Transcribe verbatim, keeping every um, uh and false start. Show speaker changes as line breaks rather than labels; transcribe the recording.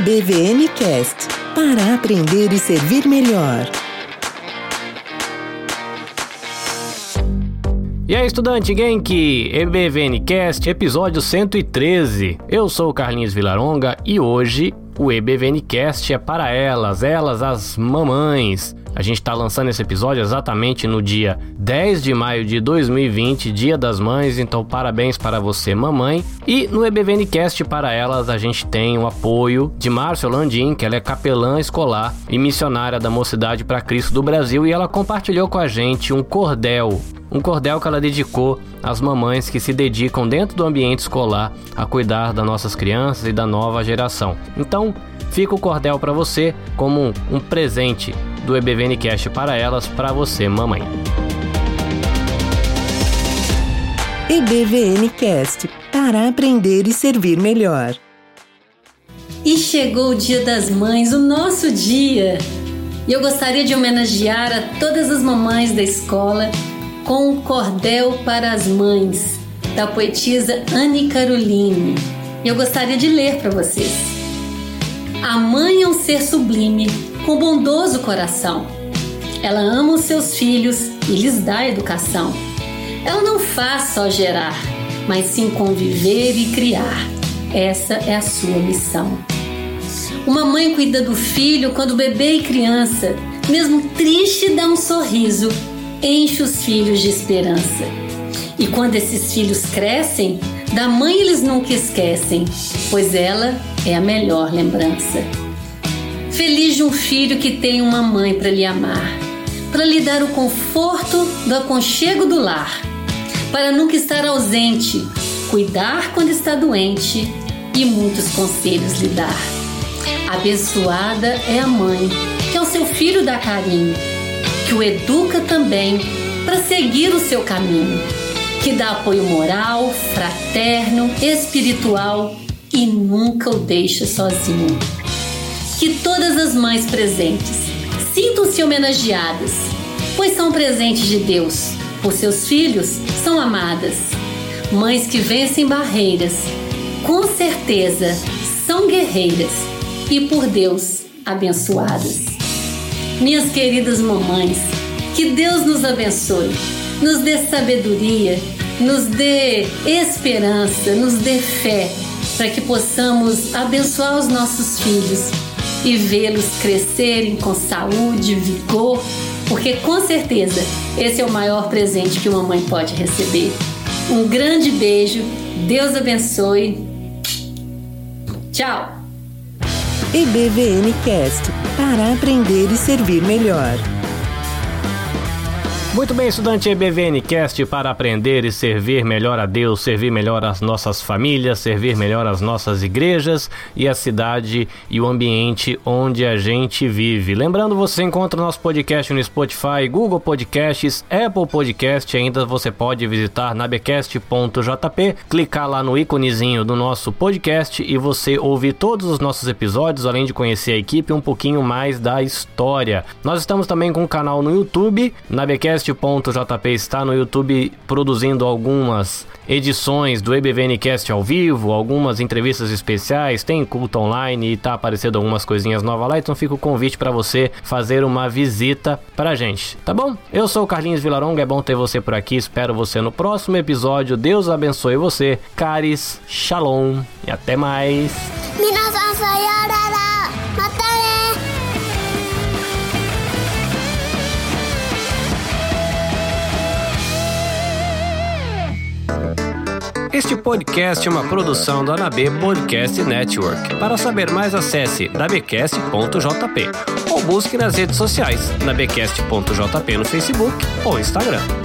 B V N Cast, para aprender e servir melhor.
E aí, estudante Genki, E B V N Cast, episódio cento e treze. Eu sou o Carlinhos Vilaronga e hoje o E B V N Cast é para elas, elas as mamães. A gente está lançando esse episódio exatamente no dia dez de maio de dois mil e vinte, Dia das Mães, então parabéns para você, mamãe. E no E B V N Cast para elas a gente tem o apoio de Márcia Landim, que ela é capelã escolar e missionária da Mocidade para Cristo do Brasil, e ela compartilhou com a gente um cordel, um cordel que ela dedicou às mamães que se dedicam dentro do ambiente escolar a cuidar das nossas crianças e da nova geração. Então, fica o cordel para você como um presente do E B V N Cast para elas, para você, mamãe.
E B V N Cast, para aprender e servir melhor.
E chegou o Dia das Mães, o nosso dia! E eu gostaria de homenagear a todas as mamães da escola com um cordel para as mães, da poetisa Anne Caroline. E eu gostaria de ler para vocês. A mãe é um ser sublime, com bondoso coração. Ela ama os seus filhos e lhes dá educação. Ela não faz só gerar, mas sim conviver e criar. Essa é a sua missão. Uma mãe cuida do filho quando bebê e criança, mesmo triste, dá um sorriso, enche os filhos de esperança. E quando esses filhos crescem, da mãe eles nunca esquecem, pois ela é a melhor lembrança. Feliz de um filho que tem uma mãe para lhe amar, para lhe dar o conforto do aconchego do lar, para nunca estar ausente, cuidar quando está doente e muitos conselhos lhe dar. Abençoada é a mãe que ao seu filho dá carinho, que o educa também para seguir o seu caminho, que dá apoio moral, fraterno, espiritual e nunca o deixa sozinho. Que todas as mães presentes sintam-se homenageadas, pois são presentes de Deus, por seus filhos são amadas. Mães que vencem barreiras, com certeza são guerreiras e por Deus abençoadas. Minhas queridas mamães, que Deus nos abençoe, nos dê sabedoria, nos dê esperança, nos dê fé, para que possamos abençoar os nossos filhos e vê-los crescerem com saúde, vigor, porque com certeza esse é o maior presente que uma mãe pode receber. Um grande beijo, Deus abençoe. Tchau!
E B V N Cast, para aprender e servir melhor.
Muito bem, estudante E B V N Cast, para aprender e servir melhor a Deus, servir melhor as nossas famílias, servir melhor as nossas igrejas e a cidade e o ambiente onde a gente vive. Lembrando, você encontra o nosso podcast no Spotify, Google Podcasts, Apple Podcast, ainda você pode visitar nabecast ponto j p, clicar lá no íconezinho do nosso podcast e você ouvir todos os nossos episódios, além de conhecer a equipe e um pouquinho mais da história. Nós estamos também com um canal no YouTube, nabecast ponto j p está no YouTube produzindo algumas edições do E B V N Cast ao vivo, algumas entrevistas especiais, tem culto online e tá aparecendo algumas coisinhas novas lá, então fica o convite para você fazer uma visita pra gente, tá bom? Eu sou o Carlinhos Vilaronga, é bom ter você por aqui, espero você no próximo episódio. Deus abençoe você, caris, shalom e até mais. Este podcast é uma produção da Nabê Podcast Network. Para saber mais, acesse nabecast ponto j p ou busque nas redes sociais nabecast ponto j p no Facebook ou Instagram.